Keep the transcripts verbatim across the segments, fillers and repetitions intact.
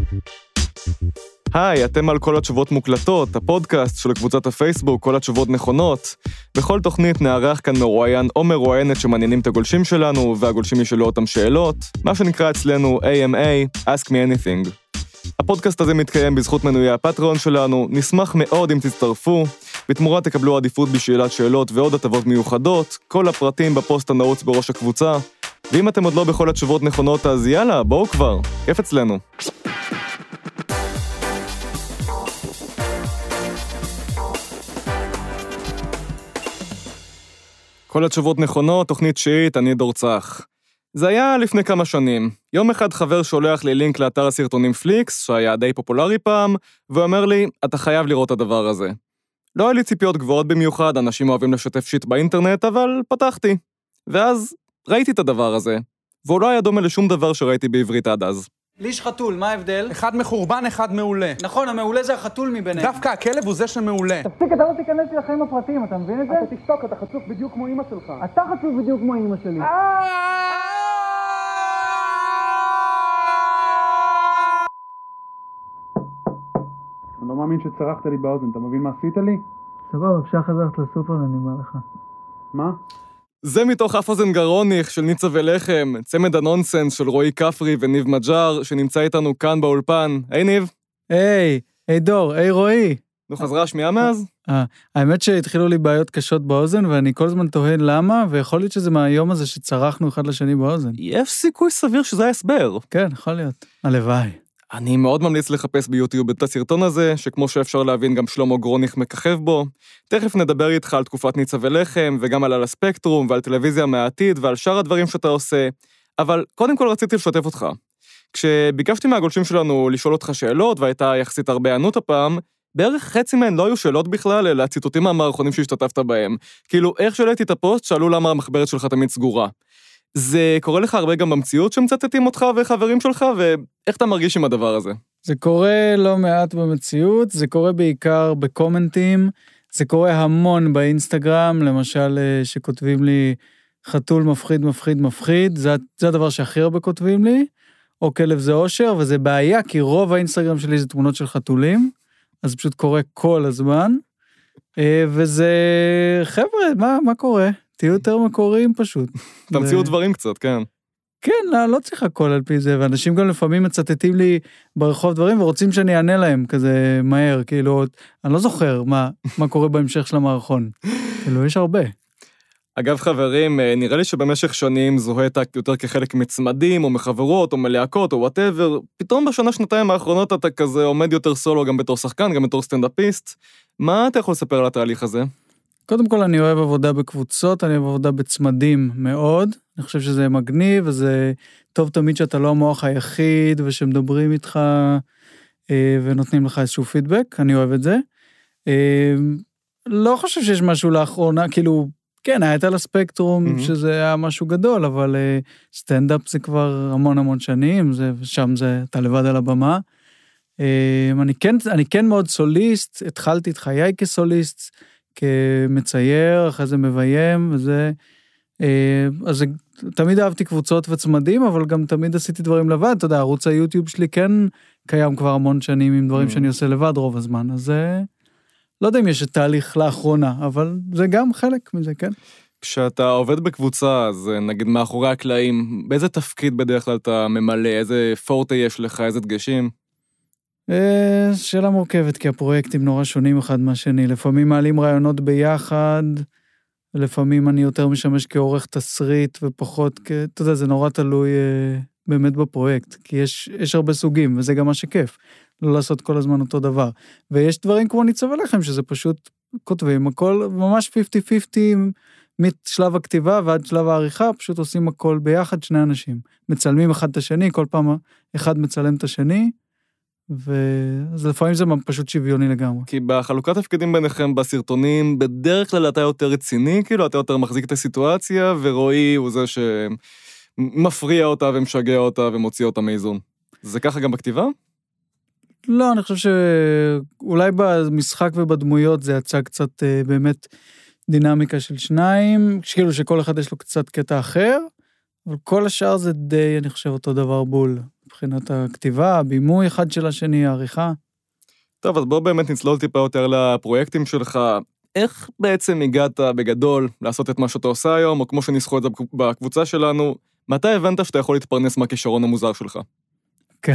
היי, אתם על כל התשובות מוקלטות, הפודקאסט של קבוצת הפייסבוק, כל התשובות נכונות. בכל תוכנית נערך כאן מרואיין או מרואיינת שמעניינים את הגולשים שלנו, והגולשים ישאלו אותם שאלות, מה שנקרא אצלנו A M A, Ask Me Anything. הפודקאסט הזה מתקיים בזכות מנויי הפטריון שלנו, נשמח מאוד אם תצטרפו, בתמורה תקבלו עדיפות בשאלת שאלות ועוד הטבות מיוחדות, כל הפרטים בפוסט הנעוץ בראש הקבוצה, ואם אתם עוד לא בכל התשובות נכונות, אז יאללה, בואו כבר, כיף אצלנו. כל התשובות נכונות, תוכנית שיעית, אני דור צח. זה היה לפני כמה שנים. יום אחד חבר שולח לי לינק לאתר הסרטונים פליקס, שהיה די פופולרי פעם, ואומר לי, אתה חייב לראות את הדבר הזה. לא היה לי ציפיות גבוהות במיוחד, אנשים אוהבים לשתף שיט באינטרנט, אבל פתחתי. ואז ראיתי את הדבר הזה, והוא לא היה דומה לשום דבר שראיתי בעברית עד אז. לי יש חתול, מה ההבדל? אחד מחורבן, אחד מעולה. נכון, המעולה זה החתול מביניהם. דווקא הכלב הוא זה שמעולה. תפסיק, אתה לא תיכנס לי לחיים הפרטיים, אתה מבין את זה? אתה תשתוק, אתה חצוף בדיוק כמו אמא שלך. אתה חצוף בדיוק כמו אמא שלי. אני לא מאמין שצרחת לי באוזן, אתה מבין מה עשית לי? סבבה, אפשר חזרת לסופר, אני בא לך. מה? זה מתוך אף אוזן גרוניך של ניצה ולחם, צמד הנונסנס של רועי כפרי וניב מג'אר, שנמצא איתנו כאן באולפן. היי ניב. היי, היי דור, היי רועי. נו, חזרה השמיעה מאז? אה, האמת שהתחילו לי בעיות קשות באוזן, ואני כל הזמן תוהה למה, ויכול להיות שזה מהיום הזה שצרחנו אחד לשני באוזן. יש סיכוי סביר שזה היה הסבר. כן, יכול להיות. הלוואי. אני מאוד ממליץ לחפש ביוטיוב את הסרטון הזה, שכמו שאפשר להבין גם שלמה גרוניך מככב בו. תכף נדבר איתך על תקופת ניצה ולחם, וגם על הספקטרום, ועל טלוויזיה מהעתיד, ועל שאר הדברים שאתה עושה. אבל קודם כל רציתי לשתף אותך. כשביקשתי מהגולשים שלנו לשאול אותך שאלות, והייתה יחסית הרבה ענות הפעם, בערך חצי מהן לא היו שאלות בכלל, אלא ציטוטים מהמערכונים שהשתתפת בהם. כאילו, איך שאלתי את הפוסט, שאלו למה המחברת שלך תמיד סגורה. זה קורה לך הרבה גם במציאות שמצטטים אותך וחברים שלך, ואיך אתה מרגיש עם הדבר הזה? זה קורה לא מעט במציאות, זה קורה בעיקר בקומנטים, זה קורה המון באינסטגרם, למשל שכותבים לי חתול מפחיד, מפחיד, מפחיד, זה, זה הדבר שהכי הרבה כותבים לי, או כלב זה אושר, וזה בעיה, כי רוב האינסטגרם שלי זה תמונות של חתולים, אז פשוט קורה כל הזמן, וזה, חבר'ה, מה, מה קורה? תהיו יותר מקוריים פשוט. תמציאו דברים קצת, כן. כן, לא, לא צריך הכל על פי זה, ואנשים גם לפעמים מצטטים לי ברחוב דברים, ורוצים שאני אענה להם כזה מהר, כאילו, אני לא זוכר מה, מה קורה בהמשך של המערכון. כאילו, יש הרבה. אגב, חברים, נראה לי שבמשך שנים זוהית יותר כחלק מצמדים, או מחברות, או מלהקות, או whatever. פתאום בשנה, שנתיים האחרונות אתה כזה עומד יותר סולו, גם בתור שחקן, גם בתור סטנדאפיסט. מה אתה יכול לספר על התהליך הזה? קודם כל, אני אוהב עבודה בקבוצות, אני אוהב עבודה בצמדים מאוד. אני חושב שזה מגניב, וזה טוב תמיד שאתה לא המוח היחיד, ושמדברים איתך, ונותנים לך איזשהו פידבק. אני אוהב את זה. לא חושב שיש משהו לאחרונה, כאילו, כן, היה את על הספקטרום, שזה היה משהו גדול, אבל סטנדאפ זה כבר המון המון שנים, שם זה, אתה לבד על הבמה. אני כן, אני כן מאוד סוליסט, התחלתי את חיי כסוליסט, כמצייר, אחרי זה מביים, וזה, אז תמיד אהבתי קבוצות וצמדים, אבל גם תמיד עשיתי דברים לבד, אתה יודע, ערוץ היוטיוב שלי כן קיים כבר המון שנים, עם דברים שאני עושה לבד רוב הזמן, אז זה, לא יודע אם יש תהליך לאחרונה, אבל זה גם חלק מזה, כן? כשאתה עובד בקבוצה, אז נגיד מאחורי הקלעים, באיזה תפקיד בדרך כלל אתה ממלא, איזה פורטה יש לך, איזה דגשים? שאלה מורכבת, כי הפרויקטים נורא שונים אחד מהשני. לפעמים מעלים רעיונות ביחד, לפעמים אני יותר משמש כעורך תסריט, ופחות, אתה יודע, זה נורא תלוי באמת בפרויקט, כי יש, יש הרבה סוגים, וזה גם מה שכיף, לא לעשות כל הזמן אותו דבר. ויש דברים כמו ניצה ולחם, שזה פשוט כותבים, הכל ממש חמישים חמישים, משלב הכתיבה ועד שלב העריכה, פשוט עושים הכל ביחד, שני אנשים. מצלמים אחד את השני, כל פעם אחד מצלם את השני, ואז לפעמים זה פשוט שוויוני לגמרי. כי בחלוקת תפקידים ביניכם בסרטונים, בדרך כלל אתה יותר רציני, כאילו אתה יותר מחזיק את הסיטואציה, ורועי הוא זה שמפריע אותה ומשגע אותה ומוציא אותה מאיזון. זה ככה גם בכתיבה? לא, אני חושב שאולי במשחק ובדמויות זה יצא קצת באמת דינמיקה של שניים, כאילו שכל אחד יש לו קצת קטע אחר, אבל כל השאר זה די, אני חושב, אותו דבר בול. מבחינת הכתיבה, הבימוי אחד של השני, העריכה. טוב, אז בוא באמת נצלול טיפה יותר לפרויקטים שלך. איך בעצם הגעת בגדול לעשות את מה שאתה עושה היום, או כמו שניסחו את זה בקבוצה שלנו, מתי הבנת שאתה יכול להתפרנס מהכישרון המוזר שלך? כן.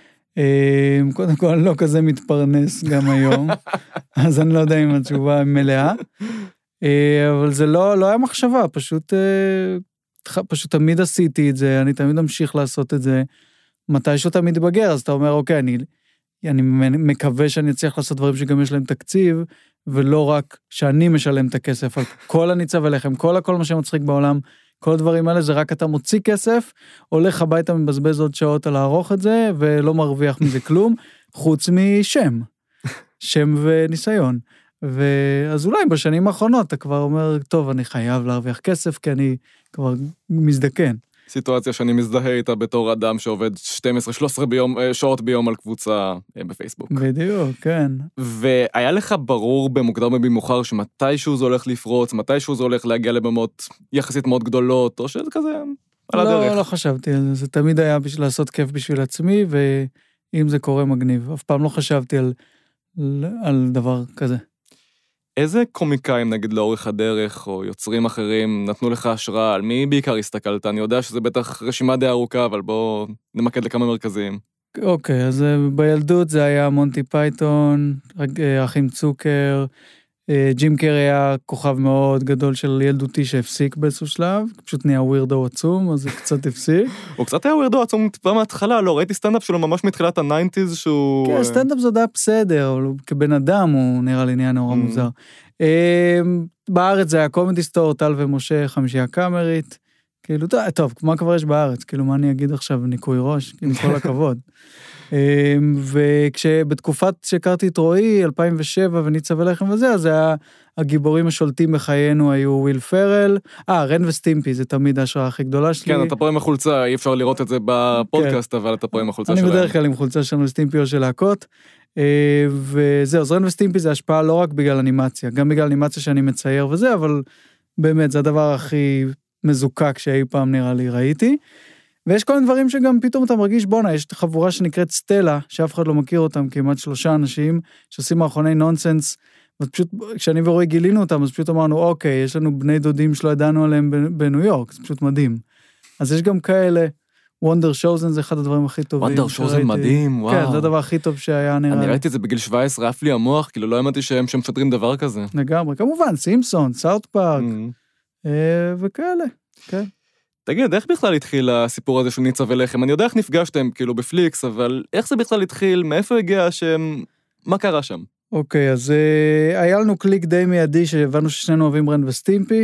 קודם כל, לא כזה מתפרנס גם היום, אז אני לא יודע אם התשובה מלאה, אבל זה לא, לא היה מחשבה, פשוט, פשוט תמיד עשיתי את זה, אני תמיד אמשיך לעשות את זה, מתישהו אתה מתבגר, אז אתה אומר, אוקיי, אני, אני מקווה שאני אצליח לעשות דברים שגם יש להם תקציב, ולא רק שאני משלם את הכסף, על כל הניצב אליכם, כל הכל מה שמצחיק בעולם, כל הדברים האלה זה רק אתה מוציא כסף, הולך הביתה מבזבז עוד שעות על לערוך את זה, ולא מרוויח מזה כלום, חוץ משם, שם וניסיון. ואז אולי בשנים האחרונות אתה כבר אומר, טוב, אני חייב להרוויח כסף, כי אני כבר מזדקן. סיטואציה שאני מזדהה איתה בתור אדם שעובד שתים עשרה שלוש עשרה ביום, שעות ביום על קבוצה בפייסבוק. בדיוק, כן. והיה לך ברור במוקדם ובמאוחר שמתישהו זה הולך לפרוץ, מתישהו זה הולך להגיע לבמות יחסית מאוד גדולות, או שזה כזה על הדרך? לא, לא חשבתי על זה. זה תמיד היה בשביל לעשות כיף בשביל עצמי, ואם זה קורה מגניב. אף פעם לא חשבתי על, על דבר כזה. איזה קומיקאים, נגיד, לאורך הדרך, או יוצרים אחרים, נתנו לך השראה? על מי בעיקר הסתכלת? אני יודע שזה בטח רשימה די ארוכה, אבל בוא נמקד לכמה מרכזיים. אוקיי, אז בילדות זה היה מונטי פייתון, אחים צוקר, ג'ים קרי היה כוכב מאוד גדול של ילדותי שהפסיק באיזשהו שלב, פשוט נהיה ווירדו עצום, אז זה קצת הפסיק. הוא קצת היה ווירדו עצום טיפה מההתחלה, לא, ראיתי סטנדאפ שלו ממש מתחילת ה-תשעים שהוא... כן, סטנדאפ זה די בסדר, אבל כבן אדם הוא נראה לי נהיה נורא מוזר. בארץ זה היה קומדי סטור, טל ומשה, חמישייה קאמרית, כאילו, טוב, מה כבר יש בארץ? כאילו, מה אני אגיד עכשיו, ניקוי ראש? עם כל הכבוד. וכשבתקופת שהכרתי את רועי, אלפיים ושבע וניצב ולחם וזה, אז היה, הגיבורים השולטים בחיינו היו וויל פרל, אה, רן וסטימפי, זה תמיד ההשראה הכי גדולה שלי. כן, אתה פה עם החולצה, אי אפשר לראות את זה בפודקאסט, אבל אתה פה עם החולצה שלהם. אני בדרך כלל עם חולצה של סטימפי או של להקות, וזהו, אז רן וסטימפי זה השפעה לא רק בגלל אנימציה, גם בגלל אנימציה שאני מצייר וזה, אבל באמת זה הדבר הכי מזוקק שאי פעם נראה לי ראיתי. ויש כל מיני דברים שגם פתאום אתה מרגיש, בונה, יש חבורה שנקראת סטלה, שאף אחד לא מכיר אותם, כמעט שלושה אנשים, שעושים מאחרוני נונסנס, ופשוט, כשאני ורועי גילינו אותם, אז פשוט אמרנו, אוקיי, יש לנו בני דודים שלא ידענו עליהם בניו יורק, זה פשוט מדהים. אז יש גם כאלה, וונדר שוזן זה אחד הדברים הכי טובים. וונדר שוזן מדהים, וואו. כן, זה הדבר הכי טוב שהיה נראה. אני ראיתי את זה בגיל שבע עשרה, אף לי המוח, כאילו לא האמנתי שהם שמפתרים דבר כזה. לגמרי, כמובן, סימפסון, סאוט פארק, וכאלה, כן. תגיד, איך בכלל התחיל הסיפור הזה של ניצב ולחם? אני יודע איך נפגשתם, כאילו, בפליקס, אבל איך זה בכלל התחיל? מאיפה הגיע השם? מה קרה שם? אוקיי, אז היה לנו קליק די מיידי, שהבנו ששנינו אוהבים רן וסטימפי,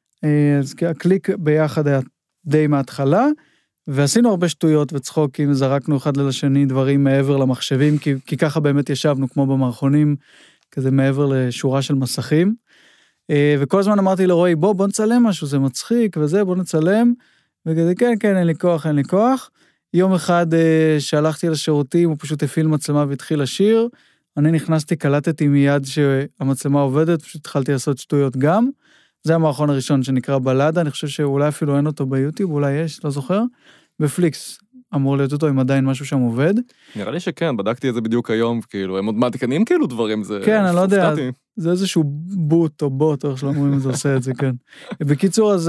אז הקליק ביחד היה די מההתחלה, ועשינו הרבה שטויות וצחוקים, זרקנו אחד לשני דברים מעבר למחשבים, כי, כי ככה באמת ישבנו, כמו במערכונים, כזה מעבר לשורה של מסכים, וכל הזמן אמרתי לרועי, בוא, בוא נצלם משהו, זה מצחיק, וזה, בוא נצלם, וכזה, כן, כן, אין לי כוח, אין לי כוח. יום אחד שהלכתי לשירותים, הוא פשוט הפעיל מצלמה והתחיל לשיר, אני נכנסתי, קלטתי מיד שהמצלמה עובדת, פשוט התחלתי לעשות שטויות גם, זה המערכון הראשון שנקרא בלדה, אני חושב שאולי אפילו אין אותו ביוטיוב, אולי יש, לא זוכר, בפליקס אמור להיות אותו, אם עדיין משהו שם עובד. נראה לי שכן, בדקתי את זה בדיוק היום, כאילו, הם עוד מעדכנים כאילו דברים, זה... כן, אני לא יודע, זה איזשהו בוט או בוט, או איך שלא אומרים אם זה עושה את זה, כן. בקיצור, אז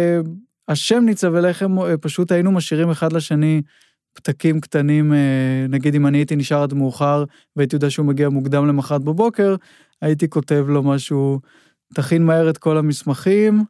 השם ניצב ולחם, פשוט היינו משאירים אחד לשני פתקים קטנים, נגיד אם אני הייתי נשאר עד מאוחר, והייתי יודע שהוא מגיע מוקדם למחרת בבוקר, הייתי כותב לו משהו, תכין מהר את כל המסמכים,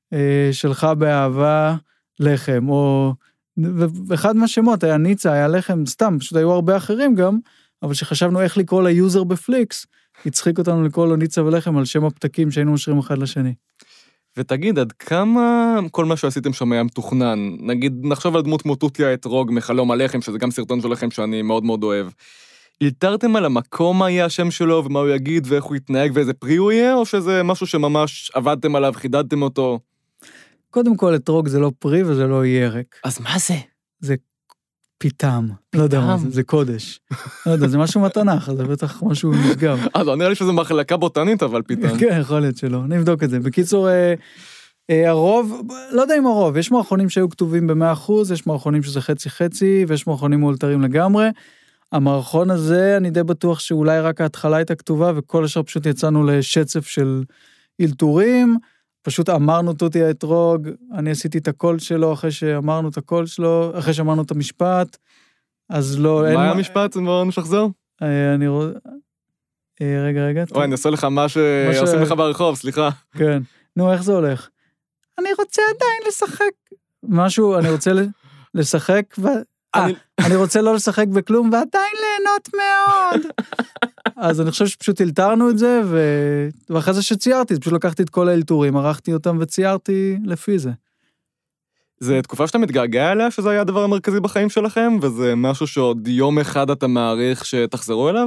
שלך באהבה לחם, או... ואחד מהשמות היה ניצה, היה לחם, סתם, פשוט היו הרבה אחרים גם, אבל שחשבנו איך לקרוא ליוזר בפליקס, הצחיק אותנו לקרוא לו ניצה ולחם על שם הפתקים שהיינו משאירים אחד לשני. ותגיד, עד כמה כל מה שעשיתם שם היה מתוכנן? נגיד, נחשוב על דמות כמו טוטיה אתרוג מחלום הלחם, שזה גם סרטון שלכם שאני מאוד מאוד אוהב. אלתרתם על המקום מה יהיה השם שלו, ומה הוא יגיד, ואיך הוא יתנהג, ואיזה פרי הוא יהיה, או שזה משהו שממש עבדתם עליו, חידדתם אותו? קודם כל, אתרוג זה לא פרי וזה לא ירק. אז מה זה? זה פיתם. לא יודע מה זה, זה קודש. לא יודע, זה משהו מתנך, זה בטח משהו נשגב. אז לא נראה לי שזה מחלקה בוטנית, אבל פיתם. כן, יכול להיות שלא. נבדוק את זה. בקיצור, הרוב, לא יודע אם הרוב, יש מערכונים שהיו כתובים ב-מאה אחוז, יש מערכונים שזה חצי-חצי, ויש מערכונים מאולתרים לגמרי. המערכון הזה, אני די בטוח שאולי רק ההתחלה הייתה כתובה, וכל השאר פשוט יצאנו לשצף של אילתורים, פשוט אמרנו תותי האתרוג, אני עשיתי את הקול שלו, אחרי שאמרנו את הקול שלו, אחרי שאמרנו את המשפט, אז לא... מה היה המשפט? בואו נשחזר. אני רוצה... רגע, רגע. אוי, אני אעשה לך מה שעושים לך ברחוב, סליחה. כן. נו, איך זה הולך? אני רוצה עדיין לשחק. משהו, אני רוצה לשחק, ו... אני רוצה לא לשחק בכלום, ועדיין ליהנות מאוד. אז אני חושב שפשוט הלתרנו את זה, ואחרי זה שציירתי, פשוט לקחתי את כל האלתורים, ערכתי אותם וציירתי לפי זה. זה תקופה שאתה מתגעגע אליה, שזה היה הדבר המרכזי בחיים שלכם, וזה משהו שעוד יום אחד אתה מעריך שתחזרו אליו?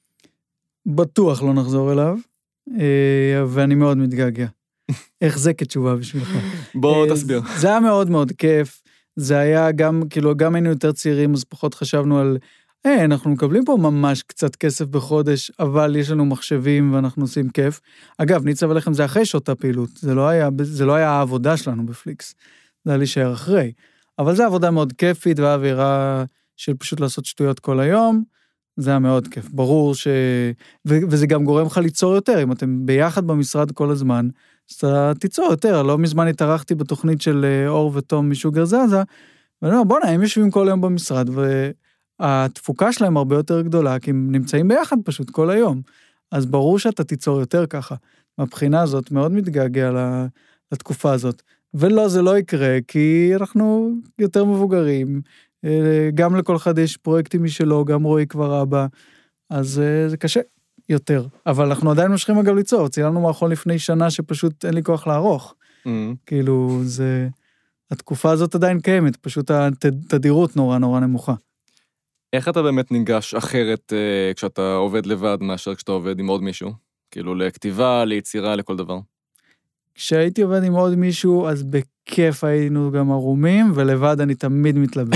בטוח לא נחזור אליו, ואני מאוד מתגעגע. איך זה כתשובה בשבילך? בוא תסביר. זה היה מאוד מאוד כיף, זה היה גם, כאילו, גם היינו יותר צעירים, אז פחות חשבנו על, אה, אנחנו מקבלים פה ממש קצת כסף בחודש, אבל יש לנו מחשבים ואנחנו עושים כיף. אגב, ניצב עליכם זה אחרי שעות הפעילות, זה לא היה, זה לא היה העבודה שלנו בפליקס, זה היה להישאר אחרי. אבל זו עבודה מאוד כיפית, והאווירה של פשוט לעשות שטויות כל היום, זה היה מאוד כיף. ברור ש... ו- וזה גם גורם לך ליצור יותר, אם אתם ביחד במשרד כל הזמן, אז אתה תיצור יותר. לא מזמן התארחתי בתוכנית של אור ותום משוגר זזה, ואני אומר, בוא'נה, הם יושבים כל היום במשרד, והתפוקה שלהם הרבה יותר גדולה, כי הם נמצאים ביחד פשוט כל היום. אז ברור שאתה תיצור יותר ככה. מהבחינה הזאת מאוד מתגעגע לתקופה הזאת. ולא, זה לא יקרה, כי אנחנו יותר מבוגרים, גם לכל אחד יש פרויקטים משלו, גם רואי כבר אבא, אז זה קשה יותר. אבל אנחנו עדיין משכים אגב ליצור, צילמנו מערכון לפני שנה שפשוט אין לי כוח לערוך. כאילו, זה... התקופה הזאת עדיין קיימת, פשוט התדירות נורא נורא נמוכה. איך אתה באמת ניגש אחרת כשאתה עובד לבד מאשר כשאתה עובד עם עוד מישהו? כאילו, לכתיבה, ליצירה, לכל דבר. כשהייתי עובד עם עוד מישהו, אז בכיף היינו גם ערומים, ולבד אני תמיד מתלבש.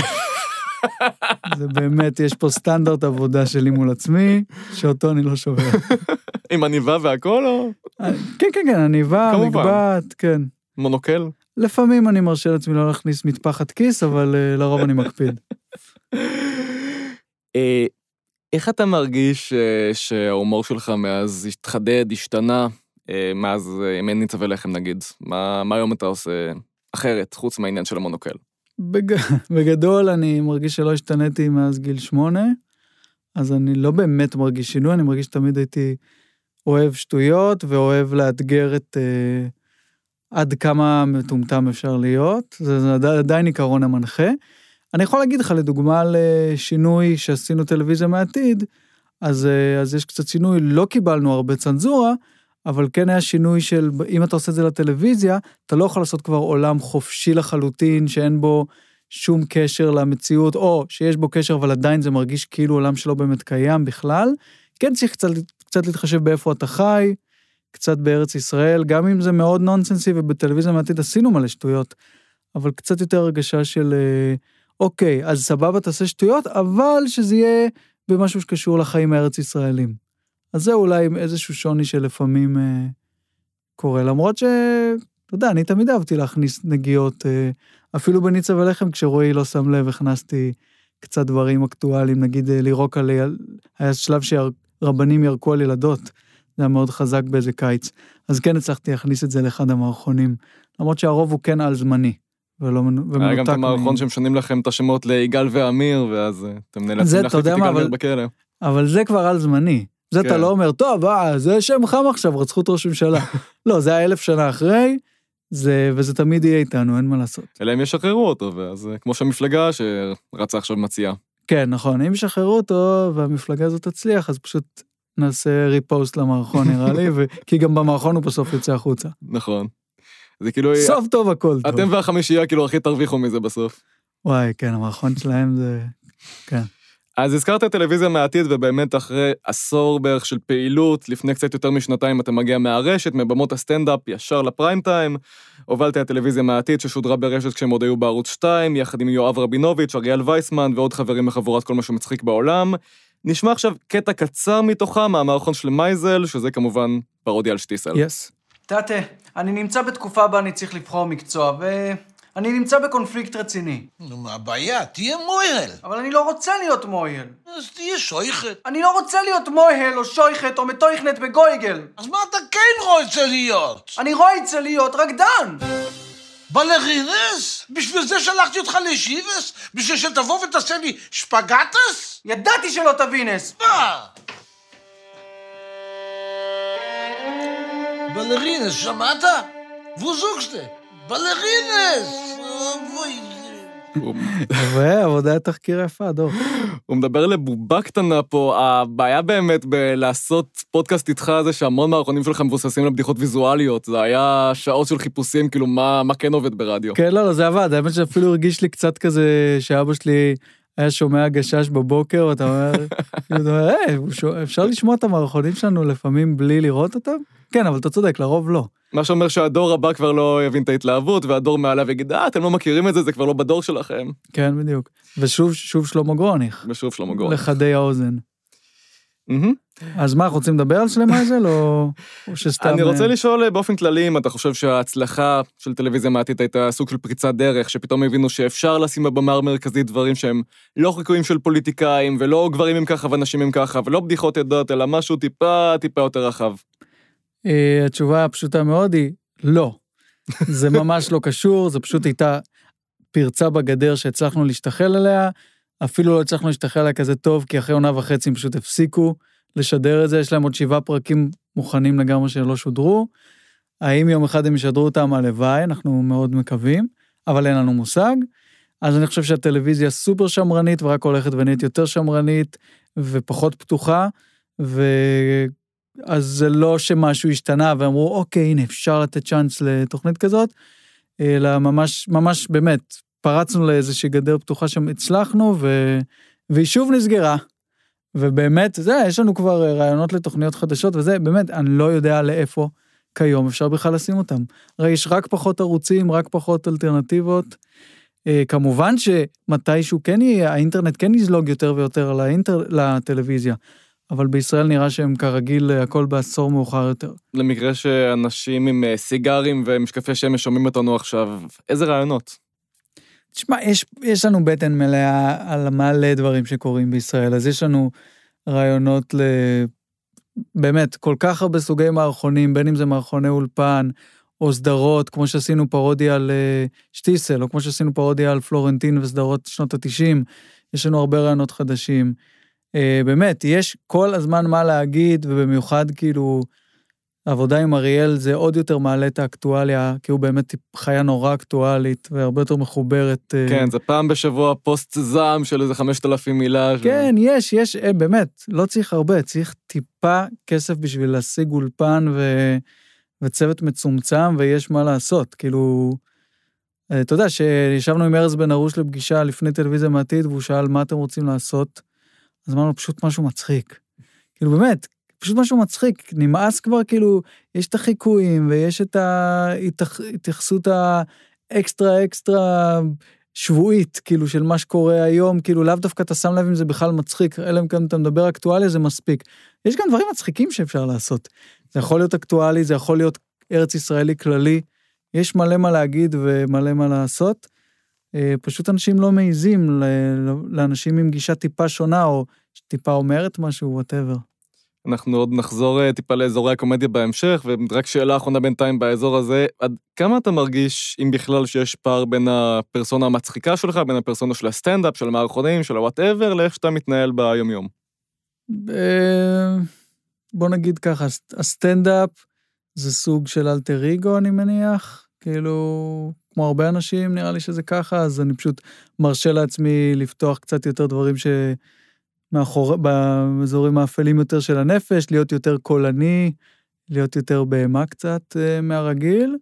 זה באמת, יש פה סטנדרט עבודה שלי מול עצמי, שאותו אני לא שובר. עם עניבה והכל, או? כן, כן, כן, עניבה, מגבעת, כן. מונוקל? לפעמים אני מרשה לעצמי לא להכניס מטפחת כיס, אבל לרוב אני מקפיד. איך אתה מרגיש שההומור שלך מאז התחדד, השתנה, מאז אם אין ניצב אליכם נגיד? מה, מה היום אתה עושה אחרת, חוץ מהעניין של המונוקל? בג... בגדול אני מרגיש שלא השתניתי מאז גיל שמונה, אז אני לא באמת מרגיש שינוי, אני מרגיש שתמיד הייתי אוהב שטויות, ואוהב לאתגר את אה, עד כמה מטומטם אפשר להיות, זה, זה עדיין עיקרון המנחה. אני יכול להגיד לך לדוגמה לשינוי שעשינו טלוויזיה מעתיד, אז, אה, אז יש קצת שינוי, לא קיבלנו הרבה צנזורה, אבל כן היה שינוי של, אם אתה עושה את זה לטלוויזיה, אתה לא יכול לעשות כבר עולם חופשי לחלוטין, שאין בו שום קשר למציאות, או שיש בו קשר, אבל עדיין זה מרגיש כאילו עולם שלא באמת קיים בכלל. כן צריך קצת, קצת להתחשב באיפה אתה חי, קצת בארץ ישראל, גם אם זה מאוד נונסנסי, ובטלוויזיה מעתיד עשינו מלא שטויות, אבל קצת יותר הרגשה של, אוקיי, אז סבבה תעשה שטויות, אבל שזה יהיה במשהו שקשור לחיים הארץ ישראלים. אז זה אולי איזשהו שוני שלפעמים אה, קורה, למרות ש, אתה יודע, אני תמיד אהבתי להכניס נגיעות, אה, אפילו בניצב אליכם, כשרואי לא שם לב, הכנסתי קצת דברים אקטואליים, נגיד אה, לירוק על, היה שלב שרבנים ירקו על ילדות, זה היה מאוד חזק באיזה קיץ, אז כן הצלחתי להכניס את זה לאחד המערכונים, למרות שהרוב הוא כן על זמני, ולא ומנותק. היה גם את המערכון מ... שמשנים לכם את השמות ליגאל ואמיר, ואז אתם נאלצים להחליט את יגאל בכלא. אבל זה כבר על זמני. זה אתה לא אומר, טוב, אה, זה שם חם עכשיו, רצחו את ראש ממשלה. לא, זה היה אלף שנה אחרי, וזה תמיד יהיה איתנו, אין מה לעשות. אלא הם ישחררו אותו, ואז כמו שהמפלגה שרצה עכשיו מציעה. כן, נכון, אם ישחררו אותו, והמפלגה הזאת תצליח, אז פשוט נעשה ריפוסט למערכון, נראה לי, כי גם במערכון הוא בסוף יוצא החוצה. נכון. זה כאילו... סוף טוב, הכל טוב. אתם והחמישייה כאילו הכי תרוויחו מזה בסוף. וואי, כן, המערכון שלהם זה... כן. אז הזכרת טלוויזיה מהעתיד, ובאמת אחרי עשור בערך של פעילות, לפני קצת יותר משנתיים אתה מגיע מהרשת, מבמות הסטנדאפ ישר לפריים טיים, הובלת הטלוויזיה מהעתיד ששודרה ברשת כשהם עוד היו בערוץ שתיים, יחד עם יואב רבינוביץ', אריאל וייסמן ועוד חברים מחבורת כל מה שמצחיק בעולם. נשמע עכשיו קטע קצר מתוכה מהמערכון של מייזל, שזה כמובן פרודיה על שטיסל. Yes. תתה, אני נמצא בתקופה בה אני צריך לבחור מקצוע, ואני נמצא בקונפליקט רציני. נו, מה הבעיה? תהיה מויהל. אבל אני לא רוצה להיות מויהל. אז תהיה שויכת. אני לא רוצה להיות מויהל או שויכת או מתויכנת בגויגל. אז מה אתה כן רוצה להיות? אני רוצה להיות רקדן. בלרינס? בשביל זה שלחתי אותך לישיבס? בשביל שתבוא ותעשה לי שפגטס? ידעתי שלא תבינס. מה? בלרינס, שמעת? ווזוקשטה, בלרינס! אוי... ועבודה תחקיר יפה, דור. הוא מדבר לבובה קטנה פה, הבעיה באמת בלעשות פודקאסט איתך זה שהמון מערכונים שלך מבוססים לבדיחות ויזואליות, זה היה שעות של חיפושים, כאילו מה, מה כן עובד ברדיו. כן, לא, לא, זה עבד, האמת שאפילו הרגיש לי קצת כזה, שאבא שלי היה שומע גשש בבוקר, ואתה אומר, אתה אומר, היי, אפשר לשמוע את המערכונים שלנו לפעמים בלי לראות אותם? כן, אבל אתה צודק, לרוב לא. מה שאומר שהדור הבא כבר לא יבין את ההתלהבות, והדור מעליו יגיד, אה, אתם לא מכירים את זה, זה כבר לא בדור שלכם. כן, בדיוק. ושוב, שוב שלמה גרוניך. ושוב שלמה גרוניך. לחדי האוזן. אז מה, אנחנו רוצים לדבר על שלמה הזה, או שסתם... אני רוצה לשאול באופן כללי, אם אתה חושב שההצלחה של טלוויזיה מעתית הייתה סוג של פריצת דרך, שפתאום הבינו שאפשר לשים בבמה המרכזית דברים שהם לא חיקויים של פוליטיקאים, ולא גברים הם ככה ונשים הם ככה, ולא בדיחות ידות, אלא משהו טיפה, טיפה יותר רחב. התשובה הפשוטה מאוד היא, לא. זה ממש לא קשור, זה פשוט הייתה פרצה בגדר שהצלחנו להשתחל עליה, אפילו לא הצלחנו להשתחל עליה כזה טוב, כי אחרי עונה וחצי הם פשוט הפסיקו לשדר את זה, יש להם עוד שבעה פרקים מוכנים לגמרי שלא שודרו, האם יום אחד הם ישדרו אותם הלוואי, אנחנו מאוד מקווים, אבל אין לנו מושג, אז אני חושב שהטלוויזיה סופר שמרנית, ורק הולכת ונהיית יותר שמרנית, ופחות פתוחה, ו... אז זה לא שמשהו השתנה, ואמרו, אוקיי, הנה, אפשר לתת צ'אנס לתוכנית כזאת, אלא ממש, ממש, באמת, פרצנו לאיזושהי גדר פתוחה שם, הצלחנו, ו... והיא שוב נסגרה, ובאמת, זה, יש לנו כבר רעיונות לתוכניות חדשות, וזה, באמת, אני לא יודע לאיפה כיום אפשר בכלל לשים אותם. הרי יש רק פחות ערוצים, רק פחות אלטרנטיבות, כמובן שמתישהו כן יהיה, האינטרנט כן יזלוג יותר ויותר לאינטר... לטלוויזיה, אבל בישראל נראה שהם כרגיל הכל בעשור מאוחר יותר. למקרה שאנשים עם סיגרים ומשקפי שמש שומעים אותנו עכשיו, איזה רעיונות? תשמע, יש, יש לנו בטן מלאה על מלא דברים שקורים בישראל, אז יש לנו רעיונות ל... באמת, כל כך הרבה סוגי מערכונים, בין אם זה מערכוני אולפן, או סדרות, כמו שעשינו פרודיה על שטיסל, או כמו שעשינו פרודיה על פלורנטין וסדרות שנות ה-תשעים, יש לנו הרבה רעיונות חדשים. באמת, יש כל הזמן מה להגיד, ובמיוחד כאילו, העבודה עם אריאל זה עוד יותר מעלה את האקטואליה, כי הוא באמת חיה נורא אקטואלית, והרבה יותר מחוברת. כן, זה פעם בשבוע פוסט זעם של איזה חמשת אלפים מילה. כן, יש, יש, באמת, לא צריך הרבה, צריך טיפה כסף בשביל להשיג אולפן ו... וצוות מצומצם, ויש מה לעשות, כאילו, אתה יודע, שישבנו עם ארז בן ארוש לפגישה לפני טלוויזיה מעתיד, והוא שאל מה אתם רוצים לעשות, אז אמרנו פשוט משהו מצחיק, כאילו באמת, פשוט משהו מצחיק, נמאס כבר, כאילו, יש את החיקויים, ויש את ההתייחסות האקסטרה אקסטרה שבועית, כאילו, של מה שקורה היום, כאילו, לאו דווקא אתה שם לב אם זה בכלל מצחיק, אלא אם כן אתה מדבר אקטואליה, זה מספיק. יש גם דברים מצחיקים שאפשר לעשות. זה יכול להיות אקטואלי, זה יכול להיות ארץ ישראלי כללי, יש מלא מה להגיד ומלא מה לעשות, פשוט אנשים לא מעיזים לאנשים עם גישה טיפה שונה, או טיפה אומרת משהו, whatever. אנחנו עוד נחזור טיפה לאזורי הקומדיה בהמשך, ורק שאלה אחרונה בינתיים באזור הזה, עד כמה אתה מרגיש, אם בכלל, שיש פער בין הפרסונה המצחיקה שלך, בין הפרסונה של הסטנדאפ, של המערכונים, של ה-whatever, לאיך שאתה מתנהל ביום-יום? בוא נגיד ככה, הסטנדאפ זה סוג של אלטר-איגו, אני מניח, כאילו, כמו הרבה אנשים, נראה לי שזה ככה, אז אני פשוט מרשה לעצמי לפתוח קצת יותר דברים ש... מאחור... באזורים האפלים יותר של הנפש, להיות יותר קולני, להיות יותר בהמה קצת מהרגיל.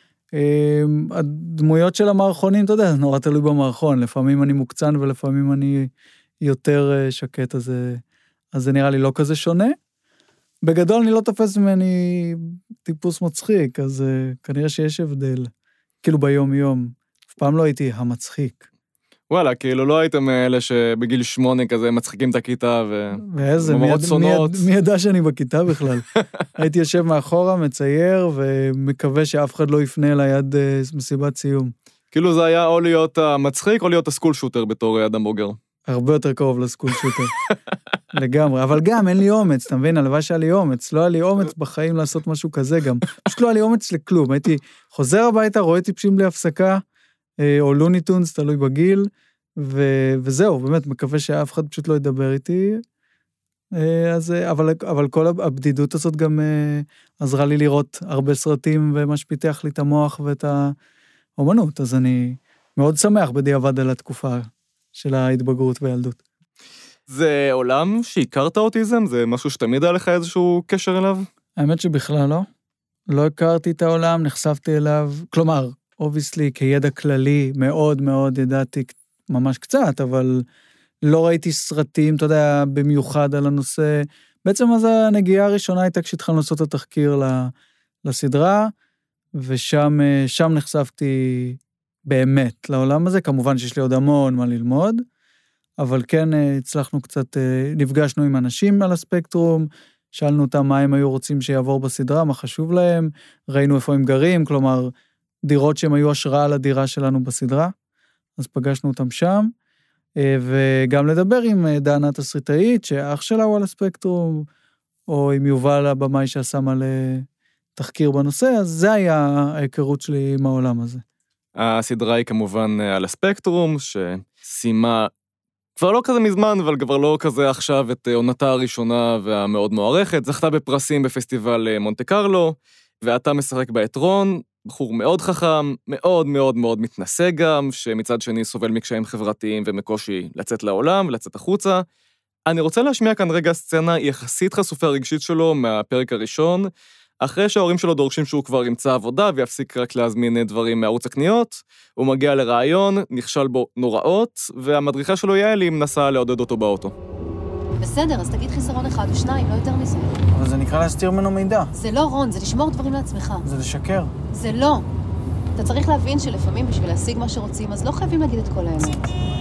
הדמויות של המערכונים, אתה יודע, זה נורא תלוי במערכון, לפעמים אני מוקצן ולפעמים אני יותר שקט, אז, אז זה נראה לי לא כזה שונה. בגדול אני לא תופס ממני טיפוס מצחיק, אז כנראה שיש הבדל, כאילו ביום יום. אף פעם לא הייתי המצחיק. וואלה, כאילו לא הייתם אלה שבגיל שמונה כזה מצחיקים את הכיתה ואיזה, מי, מי, מי ידע שאני בכיתה בכלל? הייתי יושב מאחורה, מצייר, ומקווה שאף אחד לא יפנה אליי עד מסיבת סיום. כאילו זה היה או להיות המצחיק, או להיות הסקול שוטר בתור אדם בוגר. הרבה יותר קרוב לסקול שוטר. לגמרי, אבל גם אין לי אומץ, אתה מבין? הלוואי שהיה לי אומץ, לא היה לי אומץ בחיים לעשות משהו כזה גם. פשוט לא היה לי אומץ לכלום, הייתי חוזר הביתה, רואה טיפשים בלי הפסקה, או לוניטונס, תלוי בגיל, ו- וזהו, באמת, מקווה שאף אחד פשוט לא ידבר איתי, אז, אבל, אבל כל הבדידות הזאת גם עזרה לי לראות הרבה סרטים, ומה שפיתח לי את המוח ואת האומנות, אז אני מאוד שמח בדיעבד על התקופה של ההתבגרות והילדות. זה עולם שהכרת אוטיזם? זה משהו שתמיד היה לך איזשהו קשר אליו? האמת שבכלל לא. לא הכרתי את העולם, נחשפתי אליו, כלומר, obviously, כידע כללי, מאוד מאוד ידעתי ממש קצת, אבל לא ראיתי סרטים, אתה יודע, במיוחד על הנושא. בעצם אז הנגיעה הראשונה הייתה כשהתחלנו לעשות את התחקיר לסדרה, ושם שם נחשפתי באמת לעולם הזה. כמובן שיש לי עוד המון מה ללמוד, אבל כן הצלחנו קצת, נפגשנו עם אנשים על הספקטרום, שאלנו אותם מה הם היו רוצים שיעבור בסדרה, מה חשוב להם, ראינו איפה הם גרים, כלומר, דירות שהם היו השראה לדירה שלנו בסדרה, אז פגשנו אותם שם, וגם לדבר עם דנה התסריטאית, שאח שלה הוא על הספקטרום, או עם יובל הבמאי שעשה מלא תחקיר בנושא, אז זה היה ההיכרות שלי עם העולם הזה. הסדרה היא כמובן על הספקטרום, שסיימה כבר לא כזה מזמן, אבל כבר לא כזה עכשיו את עונתה הראשונה והמאוד מוערכת, זכתה בפרסים בפסטיבל מונטה קרלו, ואתה משחק באתרון, בחור מאוד חכם, מאוד מאוד מאוד מתנסה גם, שמצד שני סובל מקשיים חברתיים ומקושי לצאת לעולם, לצאת החוצה. אני רוצה להשמיע כאן רגע סצנה יחסית חשופה רגשית שלו מהפרק הראשון, אחרי שההורים שלו דורשים שהוא כבר ימצא עבודה ויפסיק רק להזמין דברים מערוץ הקניות, הוא מגיע לרעיון, נכשל בו נוראות, והמדריכה שלו יעלי מנסה לעודד אותו באוטו. בסדר, אז תגיד חיסרון אחד או שניים, לא יותר מזה. אבל זה נקרא להסתיר ממנו מידע. זה לא, רון, זה לשמור דברים לעצמך. זה לשקר. זה לא. אתה צריך להבין שלפעמים בשביל להשיג מה שרוצים, אז לא חייבים להגיד את כל האמת.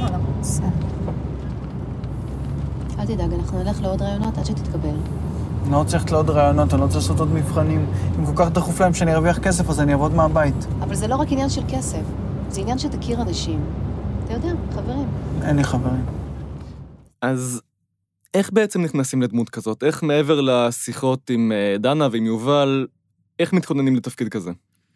אל תדאג, אנחנו נלך לעוד רעיונות עד שתתקבל. אני לא רוצה ללכת לעוד רעיונות, אני לא רוצה לעשות עוד מבחנים. אם כל כך דחוף להם שאני ארוויח כסף, אז אני אעבוד מהבית. אבל זה לא רק עניין של כסף, זה עניין שתכיר אנשים. אתה יודע, חברים. אין לי חברים. אז איך בעצם נכנסים לדמות כזאת? איך מעבר לשיחות עם דנה ועם יובל, איך מתכוננים לתפקיד כזה?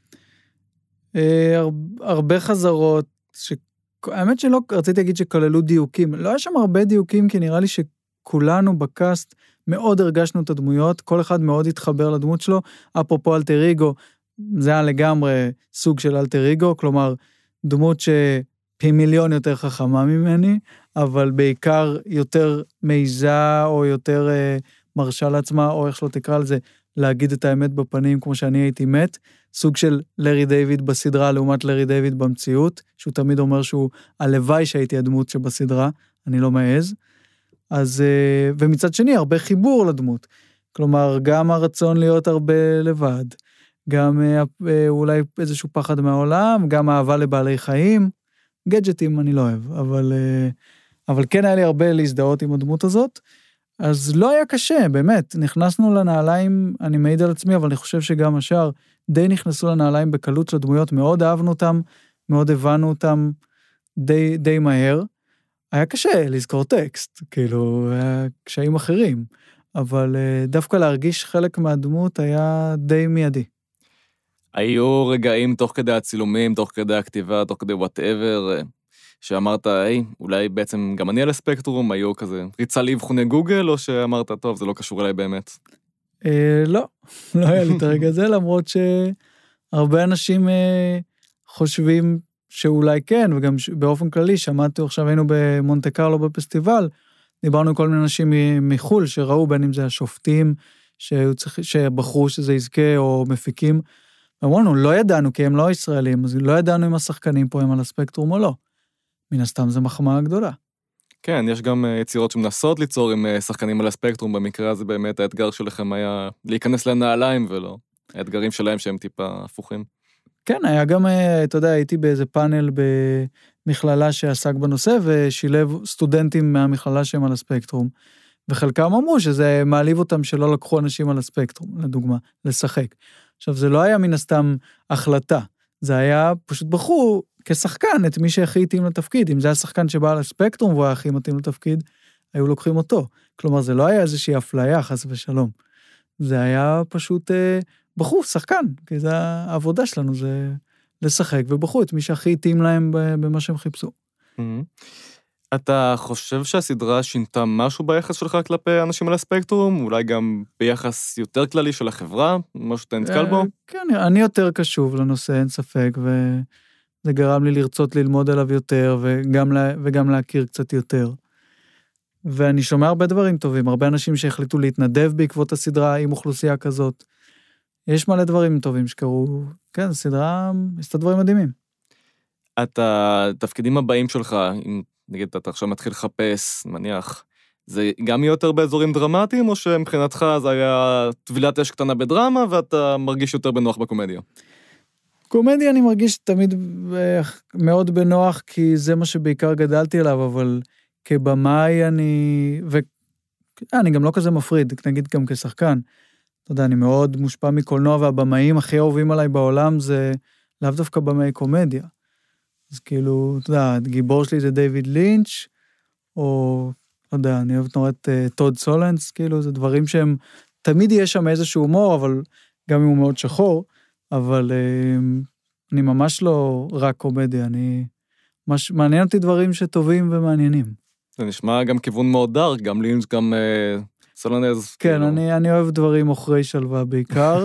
הרבה חזרות, האמת שלא, רציתי להגיד שכללו דיוקים. לא היה שם הרבה דיוקים, כי נראה לי שכולנו בקאסט מאוד הרגשנו את הדמויות, כל אחד מאוד התחבר לדמות שלו, אפרופו אלטר אגו, זה היה לגמרי סוג של אלטר אגו, כלומר, דמות שפי מיליון יותר חכמה ממני, אבל בעיקר יותר מעיזה, או יותר אה, מרשה לעצמה, או איך שלא תקרא לזה, להגיד את האמת בפנים, כמו שאני הייתי מת, סוג של לארי דיוויד בסדרה, לעומת לארי דיוויד במציאות, שהוא תמיד אומר שהוא הלוואי שהייתי הדמות שבסדרה, אני לא מעז, אז, ומצד שני, הרבה חיבור לדמות. כלומר, גם הרצון להיות הרבה לבד, גם אולי איזשהו פחד מהעולם, גם אהבה לבעלי חיים, גדג'טים אני לא אוהב, אבל, אבל כן היה לי הרבה להזדהות עם הדמות הזאת, אז לא היה קשה, באמת, נכנסנו לנעליים, אני מעיד על עצמי, אבל אני חושב שגם השאר די נכנסו לנעליים בקלות של הדמויות, מאוד אהבנו אותם, מאוד הבנו אותם די, די מהר, היה קשה לזכור טקסט, כאילו, היה קשיים אחרים, אבל דווקא להרגיש חלק מהדמות היה די מיידי. היו רגעים תוך כדי הצילומים, תוך כדי הכתיבה, תוך כדי whatever, שאמרת, היי, אולי בעצם גם אני על הספקטרום, היו כזה ריצה לאבחוני גוגל, או שאמרת, טוב, זה לא קשור אליי באמת? אה, לא, לא היה לי את הרגע הזה, למרות שהרבה אנשים אה, חושבים שאולי כן, וגם באופן כללי, שמעתי עכשיו, היינו במונטה קרלו בפסטיבל, דיברנו עם כל מיני אנשים מחול, שראו בין אם זה השופטים, שצריך, שבחרו שזה יזכה, או מפיקים, ואמרנו, לא ידענו, כי הם לא ישראלים, אז לא ידענו אם השחקנים פה הם על הספקטרום או לא. מן הסתם זה מחמאה גדולה. כן, יש גם יצירות שמנסות ליצור עם שחקנים על הספקטרום, במקרה הזה באמת האתגר שלכם היה להיכנס לנעליים ולא. האתגרים שלהם שהם טיפה הפוכים. כן, היה גם, אתה יודע, הייתי באיזה פאנל מכללה שעסק בנושא, ושילב סטודנטים מהמכללה שהם על הספקטרום, וחלקם אמרו שזה מעליב אותם שלא לקחו אנשים על הספקטרום, לדוגמה, לשחק. עכשיו, זה לא היה מן הסתם החלטה, זה היה פשוט בחרו כשחקן את מי שהכי התאים לתפקיד, אם זה היה שחקן שבא על הספקטרום והוא היה הכי מתאים לתפקיד, היו לוקחים אותו. כלומר, זה לא היה איזושהי אפליה, חס ושלום. זה היה פשוט אה, בחרו שחקן, כי זה העבודה שלנו, זה לשחק, ובחרו את מי שהכי התאים להם במה שהם חיפשו. אתה חושב שהסדרה שינתה משהו ביחס שלך כלפי אנשים על הספקטרום? אולי גם ביחס יותר כללי של החברה? משהו שאתה נתקל בו? כן, אני יותר קשוב לנושא, אין ספק, וזה גרם לי לרצות ללמוד עליו יותר, וגם, לה, וגם להכיר קצת יותר. ואני שומע הרבה דברים טובים, הרבה אנשים שהחליטו להתנדב בעקבות הסדרה עם אוכלוסייה כזאת. יש מלא דברים טובים שקרו, כן, הסדרה, יש את הדברים מדהימים. אתה, תפקידים הבאים שלך, אם נגיד אתה עכשיו מתחיל לחפש, מניח, זה גם יהיה יותר באזורים דרמטיים, או שמבחינתך זה היה טבילת אש קטנה בדרמה, ואתה מרגיש יותר בנוח בקומדיה? קומדיה אני מרגיש תמיד מאוד בנוח, כי זה מה שבעיקר גדלתי עליו, אבל כבמאי אני, ואני גם לא כזה מפריד, נגיד גם כשחקן, אתה יודע, אני מאוד מושפע מקולנוע, והבמאים הכי אהובים עליי בעולם, זה לאו דווקא במאי קומדיה. אז כאילו, אתה יודע, גיבור שלי זה דיוויד לינץ', או, לא יודע, אני אוהבת נורא את uh, טוד סולנס, כאילו, זה דברים שהם, תמיד יש שם איזשהו הומור, אבל גם אם הוא מאוד שחור, אבל uh, אני ממש לא רק קומדיה, אני, מש, מעניין אותי דברים שטובים ומעניינים. זה נשמע גם כיוון מאוד דארק, גם לינץ', גם uh, סולנז. כן, כאילו... אני, אני אוהב דברים אוכרי שלווה בעיקר,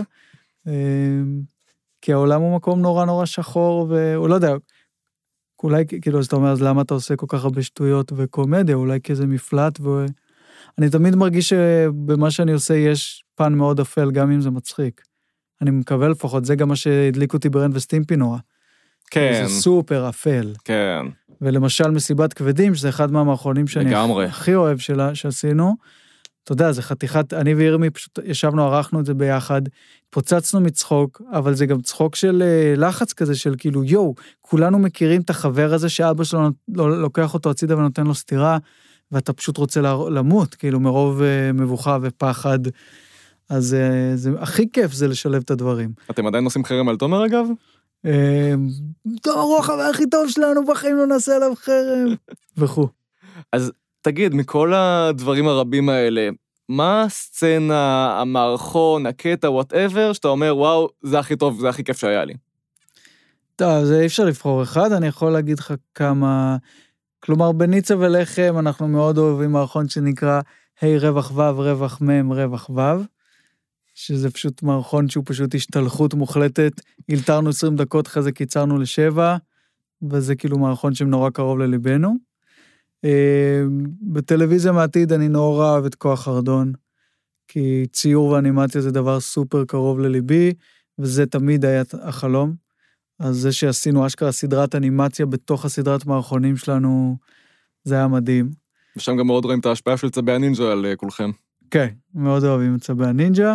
כי העולם הוא מקום נורא נורא שחור, והוא לא יודע, אולי, כאילו, אז אתה אומר, אז למה אתה עושה כל כך הרבה שטויות וקומדיה? אולי כאיזה מפלט, ואני תמיד מרגיש שבמה שאני עושה יש פן מאוד אפל, גם אם זה מצחיק. אני מקווה לפחות, זה גם מה שהדליק אותי ברן וסטימפי נורא. כן. זה סופר אפל. כן. ולמשל מסיבת כבדים, שזה אחד מהמאחרונים שאני לגמרי. הכי אוהב שלה, שעשינו, אתה יודע, זה חתיכת, אני וירמי פשוט ישבנו, ערכנו את זה ביחד, פוצצנו מצחוק, אבל זה גם צחוק של לחץ כזה, של כאילו, יו, כולנו מכירים את החבר הזה, שאבא שלו לוקח אותו הצידה ונותן לו סתירה, ואתה פשוט רוצה למות, כאילו, מרוב מבוכה ופחד, אז זה הכי כיף זה לשלב את הדברים. אתם עדיין עושים חרם על תומר, אגב? תומר הוא החבר הכי טוב שלנו, בחיים לא נעשה עליו חרם, וכו'. אז תגיד, מכל הדברים הרבים האלה, מה הסצנה, המערכון, הקטע, whatever, שאתה אומר, וואו, זה הכי טוב, זה הכי כיף שהיה לי? טוב, זה אי אפשר לבחור אחד, אני יכול להגיד לך כמה, כלומר, בניצה ולחם, אנחנו מאוד אוהבים מערכון שנקרא, היי רווח וו, רווח מם, רווח וו, שזה פשוט מערכון שהוא פשוט השתלחות מוחלטת, הלתרנו עשרים דקות, אחרי זה קיצרנו לשבע, וזה כאילו מערכון שנורא קרוב לליבנו. בטלוויזיה מעתיד אני נורא אוהב את כוח ארדון, כי ציור ואנימציה זה דבר סופר קרוב לליבי, וזה תמיד היה החלום. אז זה שעשינו אשכרה סדרת אנימציה בתוך הסדרת מערכונים שלנו, זה היה מדהים. ושם גם מאוד רואים את ההשפעה של צבי הנינג'ה על כולכם. כן, מאוד אוהבים את צבי הנינג'ה.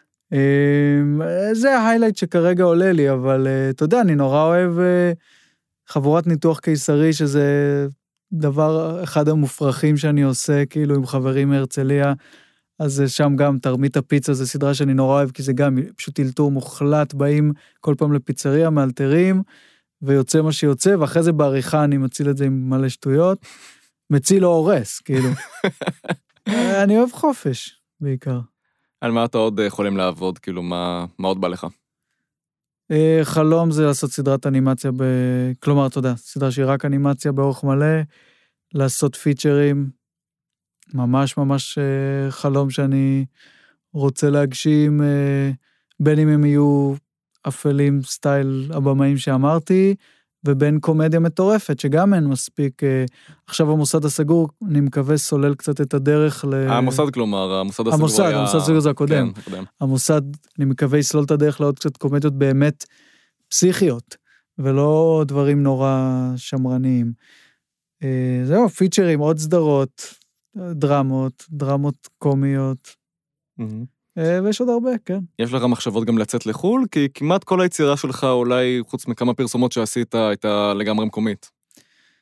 זה ההיילייט שכרגע עולה לי, אבל אתה יודע, אני נורא אוהב חבורת ניתוח קיסרי, שזה דבר אחד המופרכים שאני עושה, כאילו עם חברים מהרצליה, אז שם גם תרמית הפיצה, זה סדרה שאני נורא אוהב, כי זה גם פשוט אלתור מוחלט, באים כל פעם לפיצריה, מאלתרים, ויוצא מה שיוצא, ואחרי זה בעריכה אני מציל את זה עם מלא שטויות, מציל או הורס, כאילו. אני אוהב חופש, בעיקר. על מה אתה עוד יכולים לעבוד, כאילו, מה, מה עוד בא לך? חלום זה לעשות סדרת אנימציה, ב... כלומר, אתה יודע, סדרה שהיא רק אנימציה באורך מלא, לעשות פיצ'רים, ממש ממש חלום שאני רוצה להגשים, בין אם הם יהיו אפלים סטייל הבמאים שאמרתי, ובין קומדיה מטורפת, שגם אין מספיק, עכשיו המוסד הסגור, אני מקווה סולל קצת את הדרך ל... המוסד כלומר, המוסד הסגור המוסד, היה... המוסד הסגור זה הקודם. כן, הקודם. המוסד, אני מקווה יסלול את הדרך לעוד קצת קומדיות באמת פסיכיות, ולא דברים נורא שמרניים. זהו, פיצ'רים, עוד סדרות, דרמות, דרמות קומיות, ויש עוד הרבה, כן. יש לך מחשבות גם לצאת לחול? כי כמעט כל היצירה שלך, אולי חוץ מכמה פרסומות שעשית, הייתה לגמרי מקומית.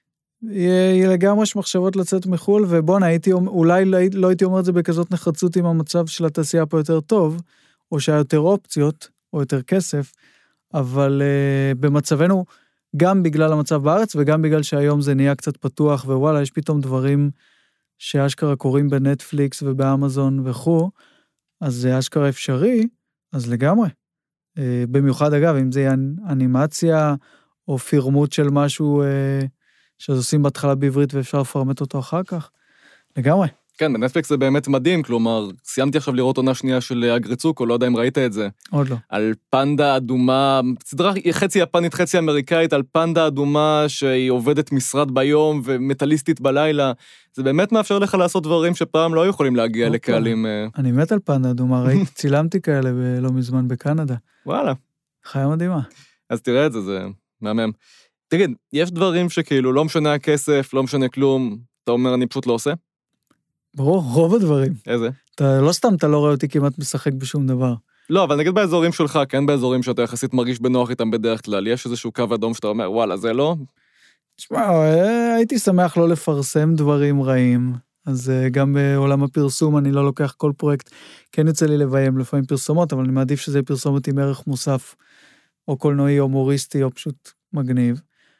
יהיה לגמרי שמחשבות לצאת מחול, ובואנה, הייתי, אולי לא הייתי אומר את זה בכזאת נחרצות אם המצב של התעשייה פה יותר טוב, או שהיה יותר אופציות, או יותר כסף, אבל uh, במצבנו, גם בגלל המצב בארץ, וגם בגלל שהיום זה נהיה קצת פתוח, ווואלה, יש פתאום דברים שאשכרה קוראים בנטפליקס ובאמזון וכו', אז זה אשכרה אפשרי, אז לגמרי. Uh, במיוחד אגב, אם זה יהיה אנימציה, או פירמות של משהו uh, שזה עושים בהתחלה בעברית ואפשר לפרמט אותו אחר כך, לגמרי. כן, בנטפליקס זה באמת מדהים, כלומר, סיימתי עכשיו לראות עונה שנייה של אגריצוקו, לא יודע אם ראית את זה. עוד לא. על פנדה אדומה, סדרה חצי יפנית, חצי אמריקאית, על פנדה אדומה שהיא עובדת משרד ביום ומטליסטית בלילה, זה באמת מאפשר לך לעשות דברים שפעם לא יכולים להגיע לקהלים. אני מת על פנדה אדומה, ראיתי, צילמתי כאלה לא מזמן בקנדה. וואלה. חיה מדהימה. אז תראה את זה, זה מהמם. תגיד, יש דברים שכאילו לא משנה הכסף, לא משנה כלום, אתה אומר אני פשוט לא עושה? ברור, רוב הדברים. איזה? אתה לא סתם, אתה לא רואה אותי כמעט משחק בשום דבר. לא, אבל נגיד באזורים שלך, כן באזורים שאתה יחסית מרגיש בנוח איתם בדרך כלל, יש איזשהו קו אדום שאתה אומר, וואלה, זה לא? תשמע, הייתי שמח לא לפרסם דברים רעים, אז גם בעולם הפרסום אני לא לוקח כל פרויקט, כן יוצא לי לביים לפעמים פרסומות, אבל אני מעדיף שזה יהיה פרסומת עם ערך מוסף, או קולנועי, או מוריסטי, או פשוט מגניב.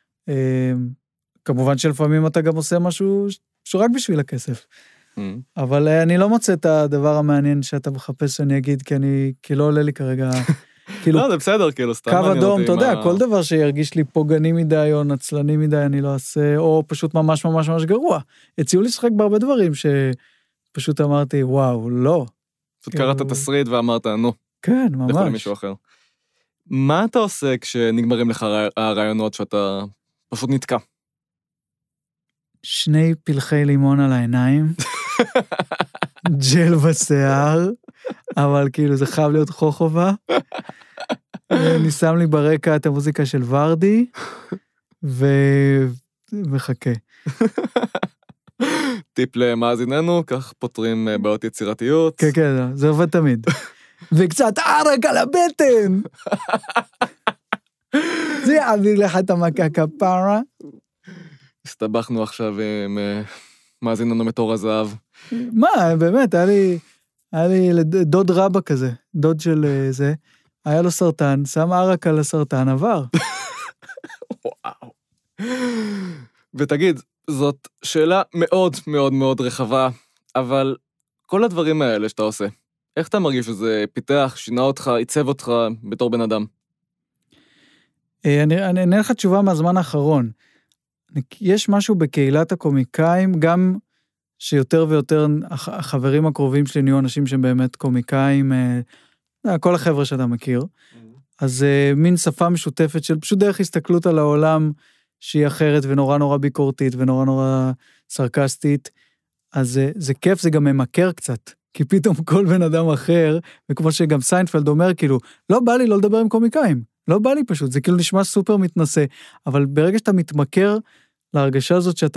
כמובן שלפעמים אתה גם עושה משהו שרק בשביל הכסף. אבל אני לא מוצא את הדבר המעניין שאתה מחפש שאני אגיד, כי אני, כי לא עולה לי כרגע, כאילו, לא, זה בסדר, כאילו, סתם קו אדום, אתה יודע, כל דבר שירגיש לי פוגעני מדי, או נצלני מדי, אני לא אעשה, או פשוט ממש ממש ממש גרוע. הציעו לי לשחק בהרבה דברים, שפשוט אמרתי, וואו, לא. פשוט קראת תסריט ואמרת, נו. כן, ממש. לכל מישהו אחר. מה אתה עושה כשנגמרים לך הרעיונות שאתה פשוט נתקע? שני פלחי לימון על העיניים, ג'ל בשיער, אבל כאילו זה חייב להיות חוכובה. אני שם לי ברקע את המוזיקה של ורדי, ומחכה. טיפ למאזיננו, כך פותרים בעיות יצירתיות. כן, כן, זה עובד תמיד. וקצת ערק על הבטן. זה יעביר לך את המכה כפרה. הסתבכנו עכשיו עם מאזיננו מתור הזהב. מה, באמת, היה לי, היה לי דוד רבא כזה, דוד של זה, היה לו סרטן, שם ערק על הסרטן, עבר. וואו. ותגיד, זאת שאלה מאוד מאוד מאוד רחבה, אבל כל הדברים האלה שאתה עושה, איך אתה מרגיש שזה פיתח, שינה אותך, עיצב אותך בתור בן אדם? אני אענה לך תשובה מהזמן האחרון. יש משהו בקהילת הקומיקאים, גם שיותר ויותר החברים הקרובים שלי נהיו אנשים שהם באמת קומיקאים, כל החבר'ה שאתה מכיר, אז מין שפה משותפת של פשוט דרך הסתכלות על העולם שהיא אחרת ונורא נורא ביקורתית ונורא נורא סרקסטית, אז זה, זה כיף, זה גם ממכר קצת, כי פתאום כל בן אדם אחר, וכמו שגם סיינפלד אומר, כאילו, לא בא לי לא לדבר עם קומיקאים, לא בא לי פשוט, זה כאילו נשמע סופר מתנשא, אבל ברגע שאתה מתמכר להרגשה הזאת שאתה,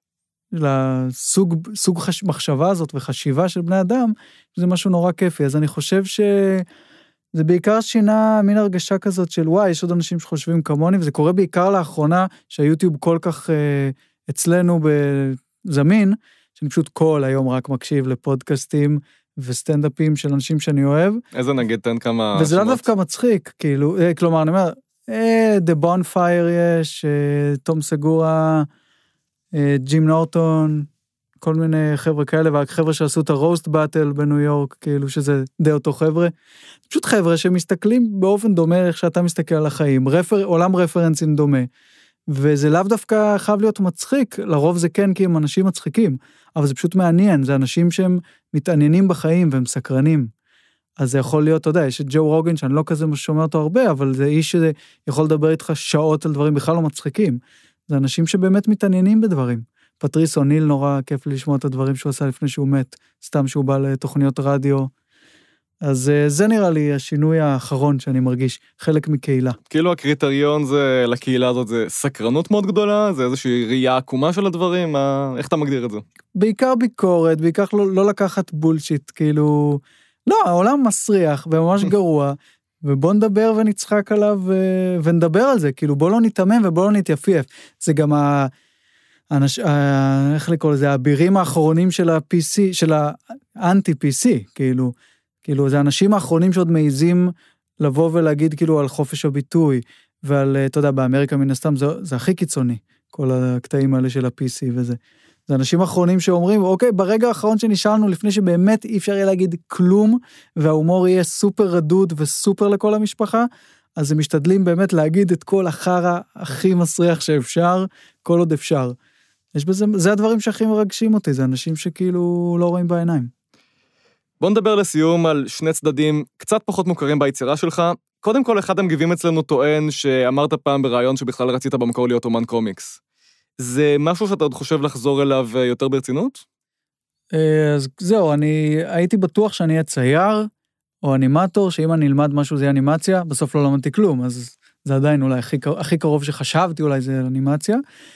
לסוג סוג חש, מחשבה הזאת וחשיבה של בני אדם, זה משהו נורא כיפי, אז אני חושב שזה בעיקר שינה מין הרגשה כזאת של וואי, יש עוד אנשים שחושבים כמוני, וזה קורה בעיקר לאחרונה שהיוטיוב כל כך אה, אצלנו בזמין, שאני פשוט כל היום רק מקשיב לפודקאסטים וסטנדאפים של אנשים שאני אוהב. איזה נגיד, תן כמה... וזה לא דווקא מצחיק, כאילו, אה, כלומר, אני אומר, אה, The Bonfire יש, אה, תום סגורה, אה, ג'ים נורטון, כל מיני חבר'ה כאלה, והחבר'ה שעשו את הרוסט באטל בניו יורק, כאילו שזה די אותו חבר'ה, פשוט חבר'ה שמסתכלים באופן דומה איך שאתה מסתכל על החיים, רפר, עולם רפרנסים דומה, וזה לאו דווקא חייב להיות מצחיק, לרוב זה כן כי הם אנשים מצחיקים, אבל זה פשוט מעניין, זה אנשים שהם מתעניינים בחיים והם סקרנים, אז זה יכול להיות, אתה יודע, יש את ג'ו רוגן, שאני לא כזה שומע אותו הרבה, אבל זה איש שיכול לדבר איתך שעות על דברים בכלל לא מצחיקים, זה אנשים שבאמת מתעניינים בדברים. פטריס אוניל נורא כיף לי לשמוע את הדברים שהוא עשה לפני שהוא מת, סתם שהוא בא לתוכניות רדיו, אז זה נראה לי השינוי האחרון שאני מרגיש, חלק מקהילה. כאילו הקריטריון זה, לקהילה הזאת זה סקרנות מאוד גדולה, זה איזושהי ראייה עקומה של הדברים, מה, איך אתה מגדיר את זה? בעיקר ביקורת, בעיקר לא, לא לקחת בולשיט, כאילו, לא, העולם מסריח וממש גרוע, ובוא נדבר ונצחק עליו ונדבר על זה, כאילו בוא לא נתאמם ובוא לא נתייפיף, זה גם ה... האנש, איך לקרוא לזה, האבירים האחרונים של ה-פי סי, של האנטי-פי סי, כאילו, כאילו, זה האנשים האחרונים שעוד מעיזים לבוא ולהגיד כאילו על חופש הביטוי, ועל, אתה יודע, באמריקה מן הסתם, זה, זה הכי קיצוני, כל הקטעים האלה של ה-פי סי וזה. זה אנשים האחרונים שאומרים, אוקיי, ברגע האחרון שנשארנו, לפני שבאמת אי אפשר יהיה להגיד כלום, וההומור יהיה סופר רדוד וסופר לכל המשפחה, אז הם משתדלים באמת להגיד את כל החרא הכי מסריח שאפשר, כל עוד אפשר. יש בזה, זה הדברים שהכי מרגשים אותי, זה אנשים שכאילו לא רואים בעיניים. בוא נדבר לסיום על שני צדדים קצת פחות מוכרים ביצירה שלך. קודם כל, אחד המגיבים אצלנו טוען שאמרת פעם ברעיון שבכלל רצית במקור להיות אומן קומיקס. זה משהו שאתה עוד חושב לחזור אליו יותר ברצינות? אז זהו, אני הייתי בטוח שאני אהיה צייר, או אנימטור, שאם אני אלמד משהו זה יהיה אנימציה, בסוף לא למדתי כלום, אז זה עדיין אולי הכי, הכי קרוב שחשבתי אולי זה אנימציה.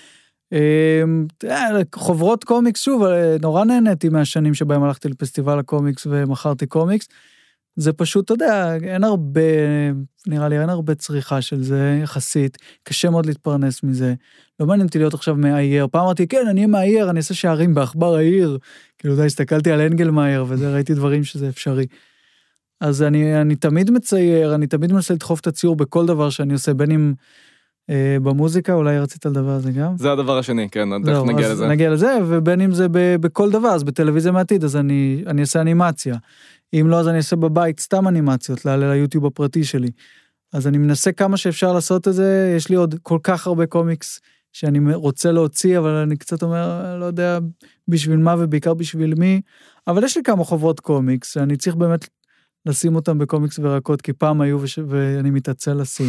חוברות קומיקס, שוב, נורא נהניתי מהשנים שבהם הלכתי לפסטיבל הקומיקס ומכרתי קומיקס, זה פשוט, אתה יודע, אין הרבה, נראה לי, אין הרבה צריכה של זה, יחסית, קשה מאוד להתפרנס מזה, לא מעניין אותי להיות עכשיו מאייר, פעם אמרתי, כן, אני אהיה מאייר, אני אעשה שערים בעכבר העיר, כאילו, אתה יודע, הסתכלתי על אנגלמאייר, וזה, ראיתי דברים שזה אפשרי. אז אני, אני תמיד מצייר, אני תמיד מנסה לדחוף את הציור בכל דבר שאני עושה, בין אם אה, במוזיקה, אולי רצית לדבר על זה גם? זה הדבר השני, כן, תכף נגיע לזה. נגיע לזה, ובין אם זה ב, בכל דבר, אז בטלוויזיה מעתיד, אז אני, אני אעשה אנימציה. אם לא, אז אני אעשה בבית סתם אנימציות, לעלה ליוטיוב הפרטי שלי. אז אני מנסה כמה שאפשר לעשות את זה, יש לי עוד כל כך הרבה קומיקס שאני רוצה להוציא, אבל אני קצת אומר, לא יודע בשביל מה ובעיקר בשביל מי, אבל יש לי כמה חוברות קומיקס, שאני צריך באמת לשים אותם בקומיקס ורקות, כי פעם היו וש... ואני מתעצל לשים.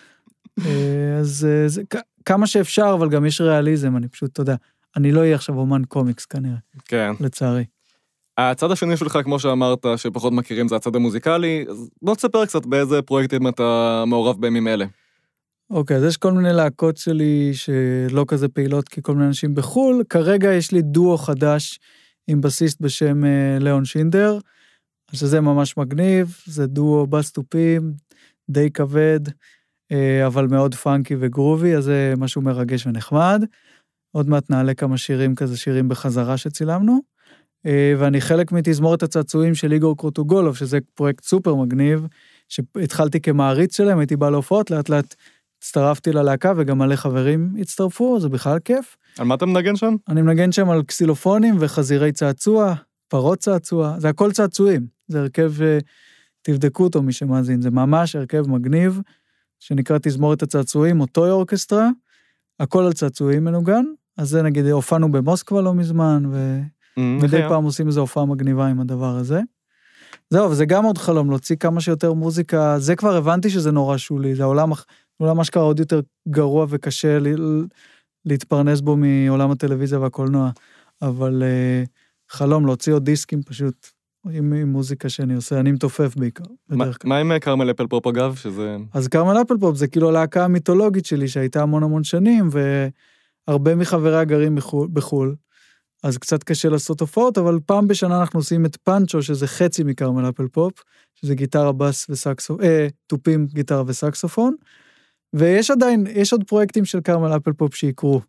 אז זה, כמה שאפשר, אבל גם יש ריאליזם, אני פשוט, אתה יודע, אני לא אהיה עכשיו אומן קומיקס כנראה, כן. לצערי. הצד השני שלך, כמו שאמרת, שפחות מכירים, זה הצד המוזיקלי, אז בוא תספר קצת באיזה פרויקטים אתה מעורב בימים אלה. אוקיי, אז יש כל מיני להקות שלי שלא כזה פעילות, כי כל מיני אנשים בחול, כרגע יש לי דואו חדש עם בסיסט בשם ליאון שינדר, שזה ממש מגניב, זה דואו בס תופים, די כבד, אבל מאוד פאנקי וגרובי, אז זה משהו מרגש ונחמד. עוד מעט נעלה כמה שירים כזה, שירים בחזרה שצילמנו, ואני חלק מתזמורת הצעצועים של איגור קרוטוגולוב, שזה פרויקט סופר מגניב, שהתחלתי כמעריץ שלהם, הייתי בא להופעות, לאט לאט הצטרפתי ללהקה, וגם מלא חברים הצטרפו, זה בכלל כיף. על מה אתה מנגן שם? אני מנגן שם על קסילופונים וחזירי צעצוע, פרות צעצוע, זה הכל צעצועים, זה הרכב, תבדקו אותו מי שמאזין, זה ממש הרכב מגניב, שנקרא תזמורת הצעצועים, אותו אורקסטרה, הכל על צעצועים מנוגן, אז זה נגיד, הופענו במוסקבה לא מזמן, ומדי פעם עושים איזו הופעה מגניבה עם הדבר הזה. זהו, וזה גם עוד חלום, להוציא כמה שיותר מוזיקה, זה כבר הבנתי שזה נורא שולי, זה העולם, העולם אשכרה עוד יותר גרוע וקשה להתפרנס בו מעולם הטלוויזיה והקולנוע, אבל חלום, להוציא עוד דיסקים פשוט, עם, עם מוזיקה שאני עושה, אני מתופף בעיקר. מה, מה עם קרמל אפל פופ אגב? שזה... אז קרמל אפל פופ זה כאילו הלהקה המיתולוגית שלי, שהייתה המון המון שנים, והרבה מחברי הגרים בחול, בחול, אז קצת קשה לעשות הופעות, אבל פעם בשנה אנחנו עושים את פאנצ'ו, שזה חצי מקרמל אפל פופ, שזה גיטרה, בס וסקסופון, אה, טופים, גיטרה וסקסופון, ויש עדיין, יש עוד פרויקטים של קרמל אפל פופ שיקרו,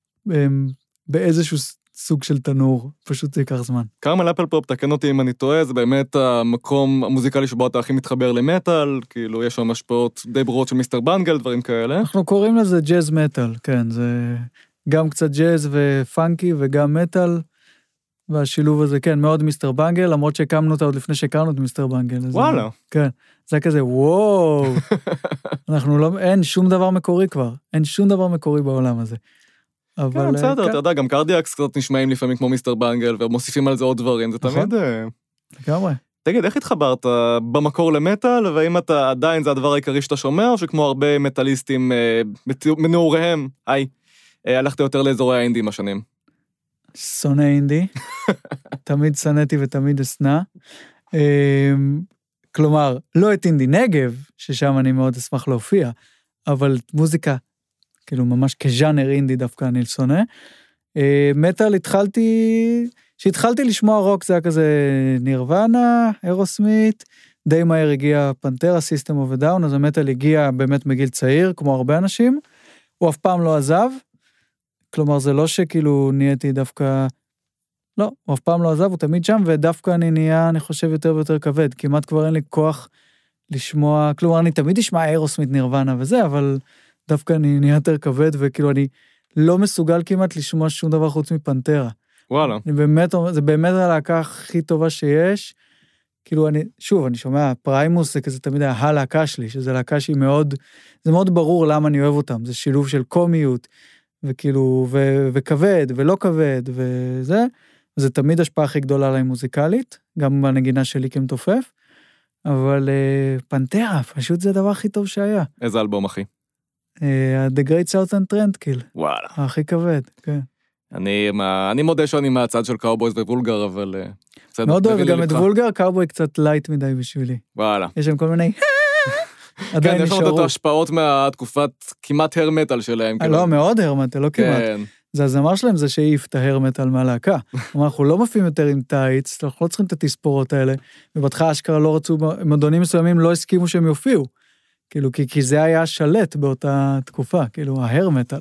באיזשהו סוג של תנור, פשוט זה ייקח זמן. קרמל אפל פופ, תקן אותי אם אני טועה, זה באמת המקום המוזיקלי שבו אתה הכי מתחבר למטל, כאילו יש שם השפעות די ברורות של מיסטר בנגל, דברים כאלה. אנחנו קוראים לזה ג'אז מטל, כן, זה גם קצת ג'אז ופאנקי וגם מטל, והשילוב הזה, כן, מאוד מיסטר בנגל, למרות שהקמנו אותה עוד לפני שהקמנו את מיסטר בנגל. וואלה. כן, זה כזה, וואו, אנחנו לא, אין שום דבר מקורי כבר, אין שום דבר מקורי בעולם הזה. כן, בסדר, אתה יודע, גם קרדיאקס קצת נשמעים לפעמים כמו מיסטר בנגל, ומוסיפים על זה עוד דברים, זה תמיד... לגמרי. תגיד, איך התחברת במקור למטל, והאם אתה עדיין זה הדבר העיקרי שאתה שומע, או שכמו הרבה מטליסטים מנעוריהם, היי, הלכת יותר לאזורי האינדי עם השנים? שונא אינדי, תמיד שנאתי ותמיד אסנה. כלומר, לא את אינדי נגב, ששם אני מאוד אשמח להופיע, אבל מוזיקה, כאילו ממש כז'אנר אינדי דווקא אני שונא. מטל התחלתי, שהתחלתי לשמוע רוק, זה היה כזה נירוונה, אירוסמית, די מהר הגיע פנטרה, סיסטם אוף דאון, אז המטל הגיע באמת מגיל צעיר, כמו הרבה אנשים, הוא אף פעם לא עזב, כלומר, זה לא שכאילו נהייתי דווקא, לא, הוא אף פעם לא עזב, הוא תמיד שם, ודווקא אני נהיה, אני חושב, יותר ויותר כבד, כמעט כבר אין לי כוח לשמוע, כלומר, אני תמיד אשמע אירוסמית נירוונה וזה, אבל דווקא אני נהיה יותר כבד, וכאילו אני לא מסוגל כמעט לשמוע שום דבר חוץ מפנטרה. וואלה. אני באמת, זה באמת הלהקה הכי טובה שיש, כאילו אני, שוב, אני שומע, פריימוס זה כזה תמיד היה הלהקה שלי, שזה להקה שהיא מאוד, זה מאוד ברור למה אני אוהב אותם, זה שילוב של קומיות, וכאילו, ו, וכבד, ולא כבד, וזה, זה תמיד השפעה הכי גדולה עליי מוזיקלית, גם בנגינה שלי כמתופף, אבל uh, פנטרה, פשוט זה הדבר הכי טוב שהיה. איזה אלבום, אחי? Uh, The Great Southern Trendkill. וואלה. הכי כבד, כן. אני, מה, אני מודה שאני מהצד של קאובויז ווולגר, אבל... בסדר, מאוד אוהב, גם את לבך. וולגר, קאובוי קצת לייט מדי בשבילי. וואלה. יש שם כל מיני... עדיין כן, יש לנו נשארו. את ההשפעות מהתקופת כמעט הרמטל שלהם. אה, לא, מאוד הרמטל, לא כמעט. כן. זה הזמר שלהם, זה שהעיף את ההרמטל מהלהקה. כלומר, אנחנו לא מופיעים יותר עם טייץ, אנחנו לא צריכים את התספורות האלה, ובתך אשכרה לא רצו, מדונים מסוימים לא הסכימו שהם יופיעו. כאילו, כי, כי זה היה שלט באותה תקופה, כאילו, ההרמטל.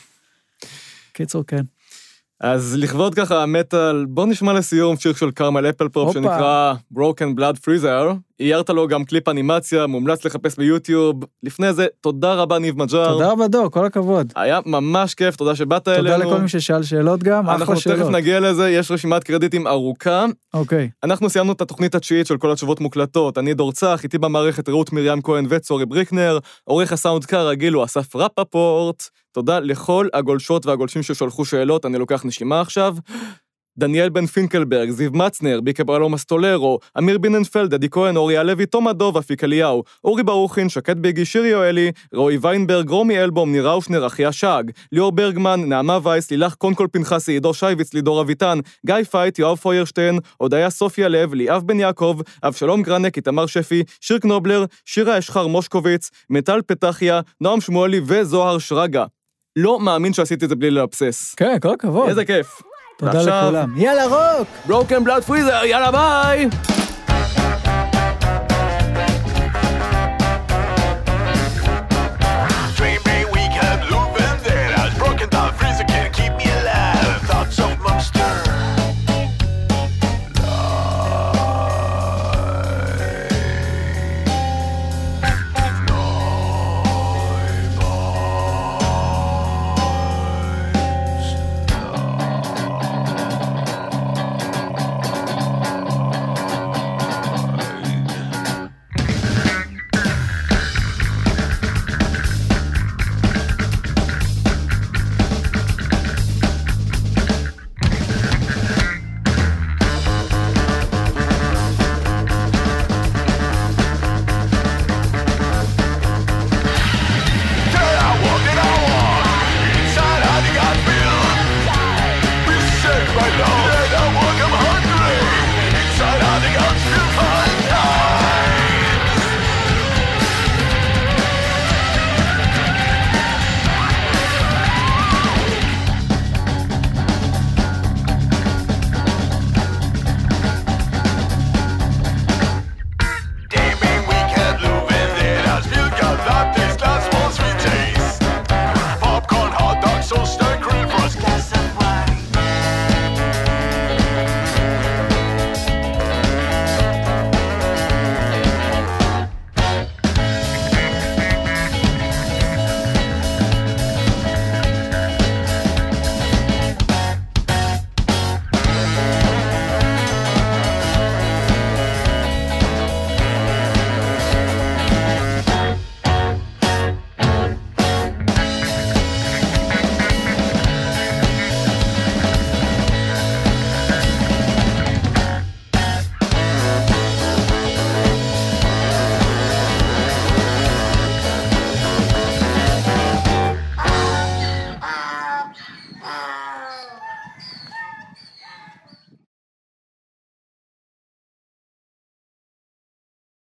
קיצור, כן. אז לכבוד ככה המטל, בוא נשמע לסיום שיר של קרמל אפלפופ שנקרא Broken Blood Freezer. איירת לו גם קליפ אנימציה, מומלץ לחפש ביוטיוב. לפני זה, תודה רבה ניב מג'אר. תודה רבה דו, כל הכבוד. היה ממש כיף, תודה שבאת אלינו. תודה לכל מי ששאל שאלות גם, אחלה שאלות. אנחנו תכף נגיע לזה, יש רשימת קרדיטים ארוכה. אוקיי. אנחנו סיימנו את התוכנית התשיעית של כל התשובות מוקלטות. אני דור צח, איתי במערכת רעות מרים כהן וצורי בריקנר, עורך הסאונד קאר רגיל הוא אסף רפפורט. תודה לכל הגולשות והגולשים ששולחו שאלות, אני לוקח נשימה עכשיו. דניאל בן פינקלברג, זיו מצנר, ביקה ברלו מסטולרו, אמיר ביננפלד, עדי כהן, אורי הלוי, תום הדוב, אפיק אליהו, אורי ברוכין, שקט ביגי, שירי יואלי, רועי ויינברג, רומי אלבום, ניר אושנר, אחיה שג, ליאור ברגמן, נעמה וייס, לילך קונקול פנחסי, עידו שייביץ, לידור אביטן, גיא פייט, יואב פוירשטיין, הודיה סופיה לב, ליאב בן יעקב, אבשלום גרנק, איתמר שפי, שיר קנובלר, שירה אשחר מושקוביץ, מטל פתחיה, נועם שמואלי וזוהר שרגה. לא מאמין שעשיתי את זה בלי לאבסס. כן, כל הכבוד. איזה כיף. תודה לכולם. יאללה רוק! Broken Blood Freezer, יאללה ביי!